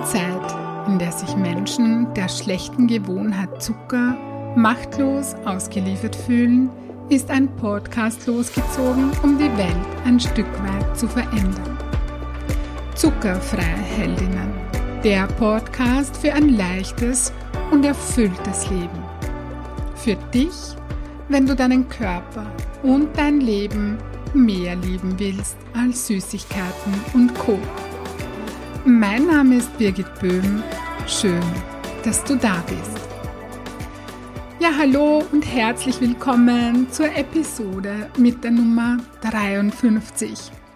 zur Zeit, in der sich Menschen der schlechten Gewohnheit Zucker machtlos ausgeliefert fühlen, ist ein Podcast losgezogen, um die Welt ein Stück weit zu verändern. Zuckerfreie Heldinnen, der Podcast für ein leichtes und erfülltes Leben. Für dich, wenn du deinen Körper und dein Leben mehr lieben willst als Süßigkeiten und Co. Mein Name ist Birgit Böhm. Schön, dass du da bist. Ja, hallo und herzlich willkommen zur Episode mit der Nummer 53.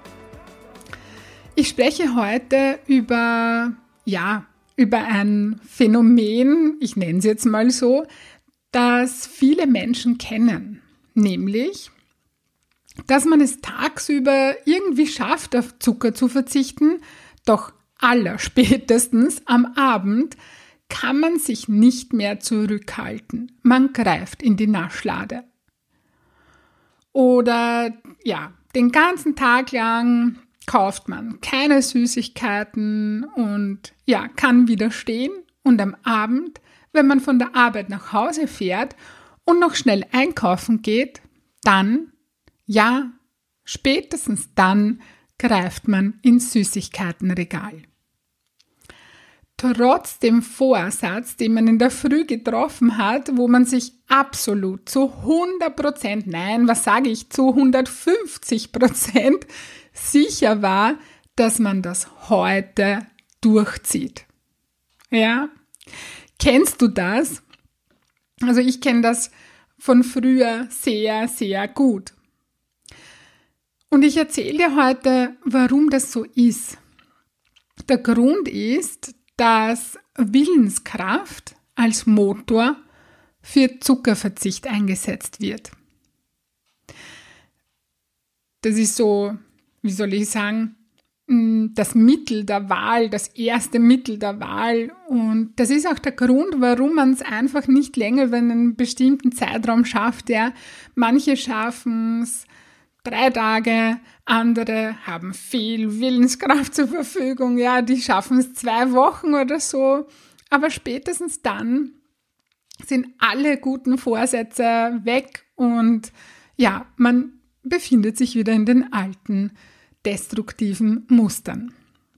Ich spreche heute über ein Phänomen, ich nenne es jetzt mal so, das viele Menschen kennen, nämlich, dass man es tagsüber irgendwie schafft, auf Zucker zu verzichten, doch allerspätestens am Abend kann man sich nicht mehr zurückhalten. Man greift in die Naschlade. Oder den ganzen Tag lang kauft man keine Süßigkeiten und kann widerstehen. Und am Abend, wenn man von der Arbeit nach Hause fährt und noch schnell einkaufen geht, dann, spätestens dann greift man ins Süßigkeitenregal. Trotz dem Vorsatz, den man in der Früh getroffen hat, wo man sich absolut zu 100%, zu 150% sicher war, dass man das heute durchzieht. Ja? Kennst du das? Also ich kenne das von früher sehr, sehr gut. Und ich erzähle dir heute, warum das so ist. Der Grund ist, dass Willenskraft als Motor für Zuckerverzicht eingesetzt wird. Das ist so, das Mittel der Wahl, das erste Mittel der Wahl. Und das ist auch der Grund, warum man es einfach nicht länger über einen bestimmten Zeitraum schafft. Ja. Manche schaffen es 3 Tage, andere haben viel Willenskraft zur Verfügung, die schaffen es 2 Wochen oder so, aber spätestens dann sind alle guten Vorsätze weg und man befindet sich wieder in den alten, destruktiven Mustern.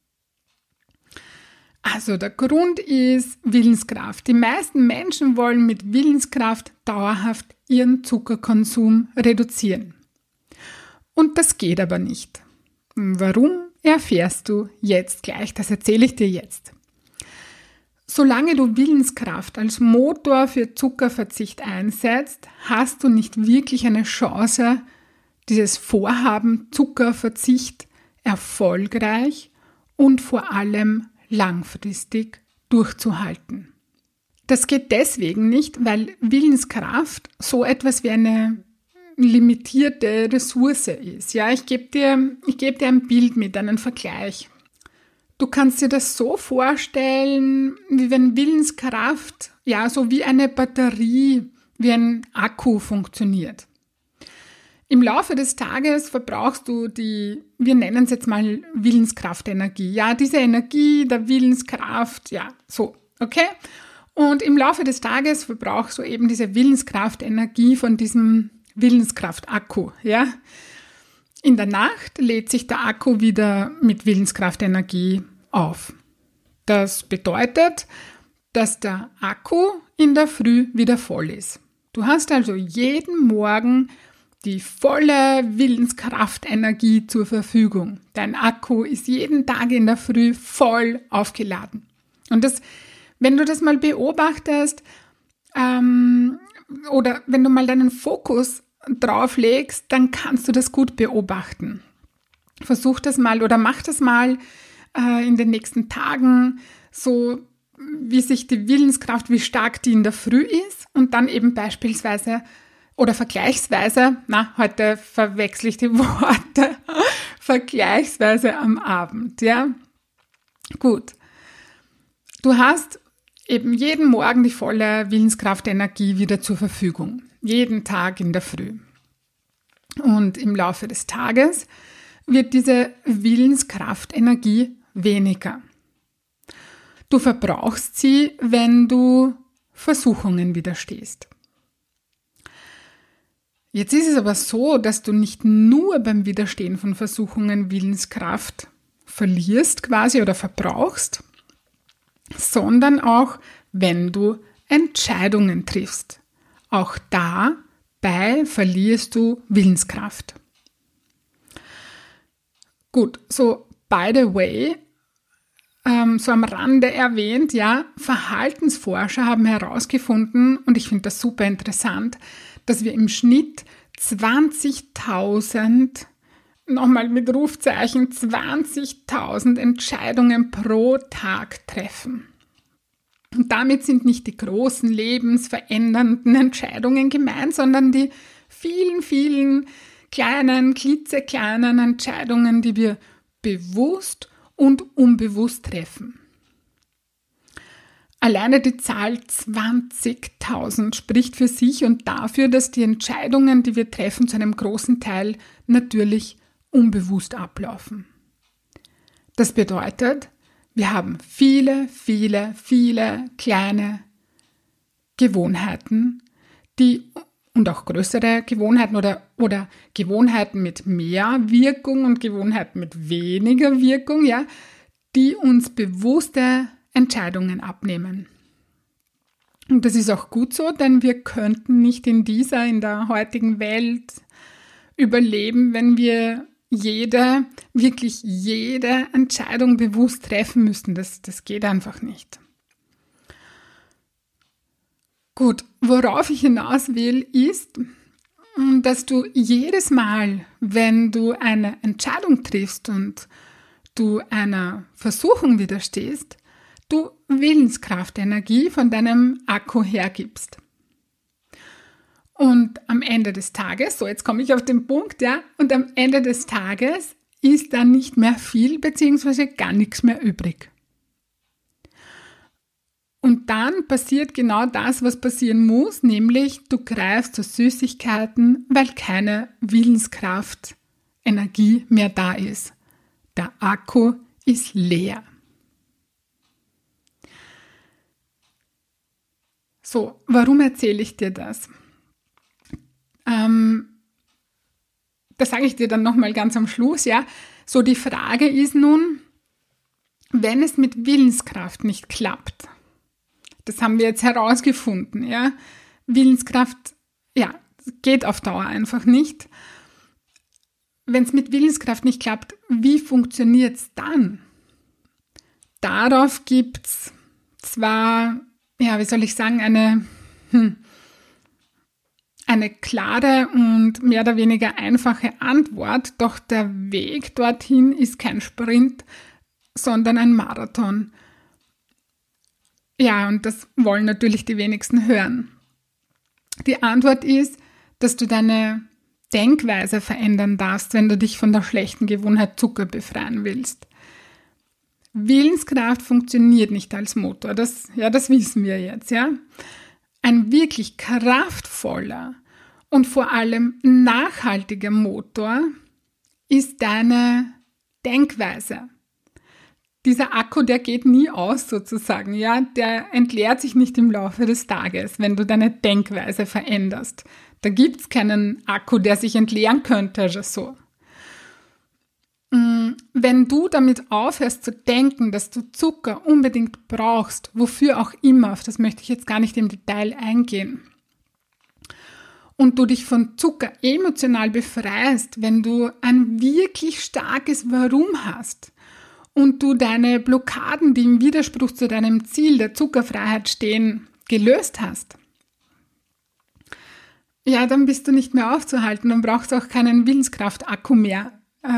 Also der Grund ist Willenskraft. Die meisten Menschen wollen mit Willenskraft dauerhaft ihren Zuckerkonsum reduzieren. Und das geht aber nicht. Warum, erfährst du jetzt gleich, das erzähle ich dir jetzt. Solange du Willenskraft als Motor für Zuckerverzicht einsetzt, hast du nicht wirklich eine Chance, dieses Vorhaben Zuckerverzicht erfolgreich und vor allem langfristig durchzuhalten. Das geht deswegen nicht, weil Willenskraft so etwas wie eine limitierte Ressource ist. Ja, ich gebe dir ein Bild mit, einen Vergleich. Du kannst dir das so vorstellen, wie wenn Willenskraft, so wie eine Batterie, wie ein Akku funktioniert. Im Laufe des Tages verbrauchst du wir nennen es jetzt mal Willenskraftenergie. Ja, diese Energie der Willenskraft, okay? Und im Laufe des Tages verbrauchst du eben diese Willenskraftenergie von diesem Willenskraft-Akku, ja. In der Nacht lädt sich der Akku wieder mit Willenskraftenergie auf. Das bedeutet, dass der Akku in der Früh wieder voll ist. Du hast also jeden Morgen die volle Willenskraftenergie zur Verfügung. Dein Akku ist jeden Tag in der Früh voll aufgeladen. Und wenn du das mal beobachtest, oder wenn du mal deinen Fokus drauf legst, dann kannst du das gut beobachten. Versuch das mal oder mach das mal in den nächsten Tagen, so wie sich die Willenskraft, wie stark die in der Früh ist und dann eben beispielsweise oder vergleichsweise, heute verwechsel ich die Worte, vergleichsweise am Abend, ja. Gut. Du hast eben jeden Morgen die volle Willenskraftenergie wieder zur Verfügung. Jeden Tag in der Früh. Und im Laufe des Tages wird diese Willenskraftenergie weniger. Du verbrauchst sie, wenn du Versuchungen widerstehst. Jetzt ist es aber so, dass du nicht nur beim Widerstehen von Versuchungen Willenskraft verlierst quasi oder verbrauchst, sondern auch, wenn du Entscheidungen triffst. Auch dabei verlierst du Willenskraft. Gut, so by the way, so am Rande erwähnt, ja, Verhaltensforscher haben herausgefunden, und ich finde das super interessant, dass wir im Schnitt 20.000, nochmal mit Rufzeichen, 20.000 Entscheidungen pro Tag treffen. Und damit sind nicht die großen lebensverändernden Entscheidungen gemeint, sondern die vielen, vielen kleinen, klitzekleinen Entscheidungen, die wir bewusst und unbewusst treffen. Alleine die Zahl 20.000 spricht für sich und dafür, dass die Entscheidungen, die wir treffen, zu einem großen Teil natürlich unbewusst ablaufen. Das bedeutet, wir haben viele, viele, viele kleine Gewohnheiten, und auch größere Gewohnheiten oder Gewohnheiten mit mehr Wirkung und Gewohnheiten mit weniger Wirkung, ja, die uns bewusste Entscheidungen abnehmen. Und das ist auch gut so, denn wir könnten nicht in der heutigen Welt überleben, wenn wir wirklich jede Entscheidung bewusst treffen müssten. Das geht einfach nicht. Gut, worauf ich hinaus will, ist, dass du jedes Mal, wenn du eine Entscheidung triffst und du einer Versuchung widerstehst, du Willenskraftenergie von deinem Akku hergibst. Und am Ende des Tages, so jetzt komme ich auf den Punkt, ja, und am Ende des Tages ist dann nicht mehr viel bzw. gar nichts mehr übrig. Und dann passiert genau das, was passieren muss, nämlich du greifst zu Süßigkeiten, weil keine Willenskraft, Energie mehr da ist. Der Akku ist leer. So, warum erzähle ich dir das? Das sage ich dir dann nochmal ganz am Schluss, ja. So, die Frage ist nun, wenn es mit Willenskraft nicht klappt, das haben wir jetzt herausgefunden, ja. Willenskraft, ja, geht auf Dauer einfach nicht. Wenn es mit Willenskraft nicht klappt, wie funktioniert es dann? Darauf gibt es zwar, ja, wie soll ich sagen, eine klare und mehr oder weniger einfache Antwort, doch der Weg dorthin ist kein Sprint, sondern ein Marathon. Ja, und das wollen natürlich die wenigsten hören. Die Antwort ist, dass du deine Denkweise verändern darfst, wenn du dich von der schlechten Gewohnheit Zucker befreien willst. Willenskraft funktioniert nicht als Motor, das wissen wir jetzt, ja. Ein wirklich kraftvoller und vor allem nachhaltiger Motor ist deine Denkweise. Dieser Akku, der geht nie aus sozusagen, ja, der entleert sich nicht im Laufe des Tages, wenn du deine Denkweise veränderst. Da gibt es keinen Akku, der sich entleeren könnte oder so. Wenn du damit aufhörst zu denken, dass du Zucker unbedingt brauchst, wofür auch immer, auf das möchte ich jetzt gar nicht im Detail eingehen, und du dich von Zucker emotional befreist, wenn du ein wirklich starkes Warum hast und du deine Blockaden, die im Widerspruch zu deinem Ziel der Zuckerfreiheit stehen, gelöst hast, ja, dann bist du nicht mehr aufzuhalten und brauchst auch keinen Willenskraft-Akku mehr.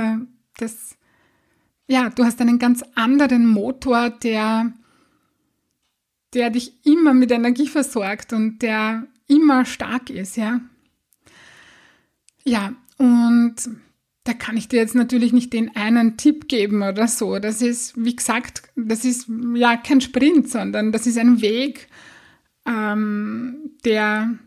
Du hast einen ganz anderen Motor, der dich immer mit Energie versorgt und der immer stark ist, ja. Ja, und da kann ich dir jetzt natürlich nicht den einen Tipp geben oder so. Das ist, wie gesagt, das ist ja kein Sprint, sondern das ist ein Weg, der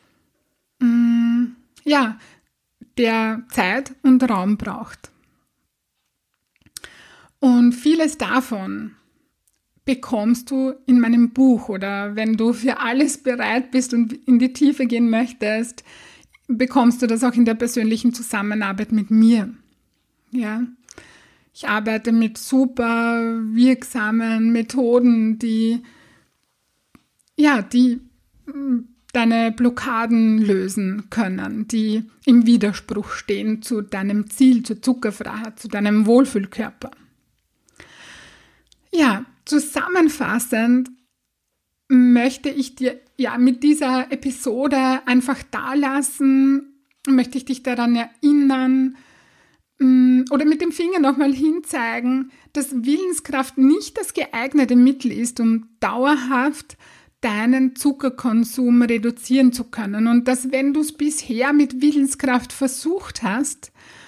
Zeit und Raum braucht. Und vieles davon bekommst du in meinem Buch, oder wenn du für alles bereit bist und in die Tiefe gehen möchtest, bekommst du das auch in der persönlichen Zusammenarbeit mit mir. Ja, ich arbeite mit super wirksamen Methoden, die deine Blockaden lösen können, die im Widerspruch stehen zu deinem Ziel, zur Zuckerfreiheit, zu deinem Wohlfühlkörper. Ja, zusammenfassend möchte ich dir mit dieser Episode einfach dalassen, möchte ich dich daran erinnern oder mit dem Finger nochmal hinzeigen, dass Willenskraft nicht das geeignete Mittel ist, um dauerhaft deinen Zuckerkonsum reduzieren zu können. Und dass, wenn du es bisher mit Willenskraft versucht hast,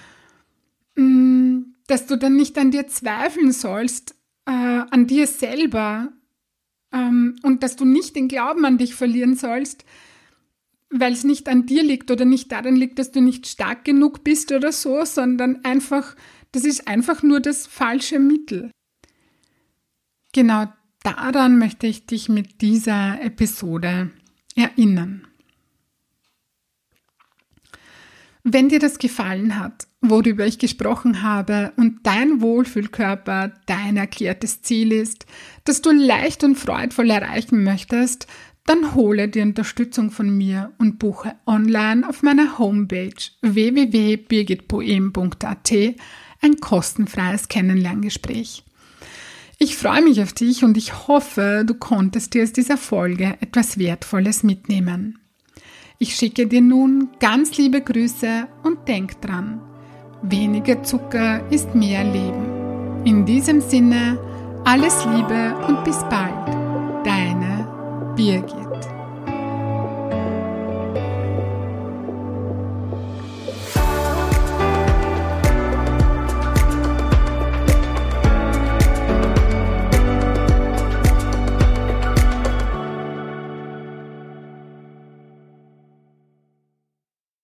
dass du dann nicht an dir zweifeln sollst, an dir selber, und dass du nicht den Glauben an dich verlieren sollst, weil es nicht an dir liegt oder nicht daran liegt, dass du nicht stark genug bist oder so, sondern einfach, das ist einfach nur das falsche Mittel. Genau daran möchte ich dich mit dieser Episode erinnern. Wenn dir das gefallen hat, worüber ich gesprochen habe, und dein Wohlfühlkörper dein erklärtes Ziel ist, das du leicht und freudvoll erreichen möchtest, dann hole dir Unterstützung von mir und buche online auf meiner Homepage www.birgitpoem.at ein kostenfreies Kennenlerngespräch. Ich freue mich auf dich und ich hoffe, du konntest dir aus dieser Folge etwas Wertvolles mitnehmen. Ich schicke dir nun ganz liebe Grüße und denk dran, weniger Zucker ist mehr Leben. In diesem Sinne, alles Liebe und bis bald, deine Birgit.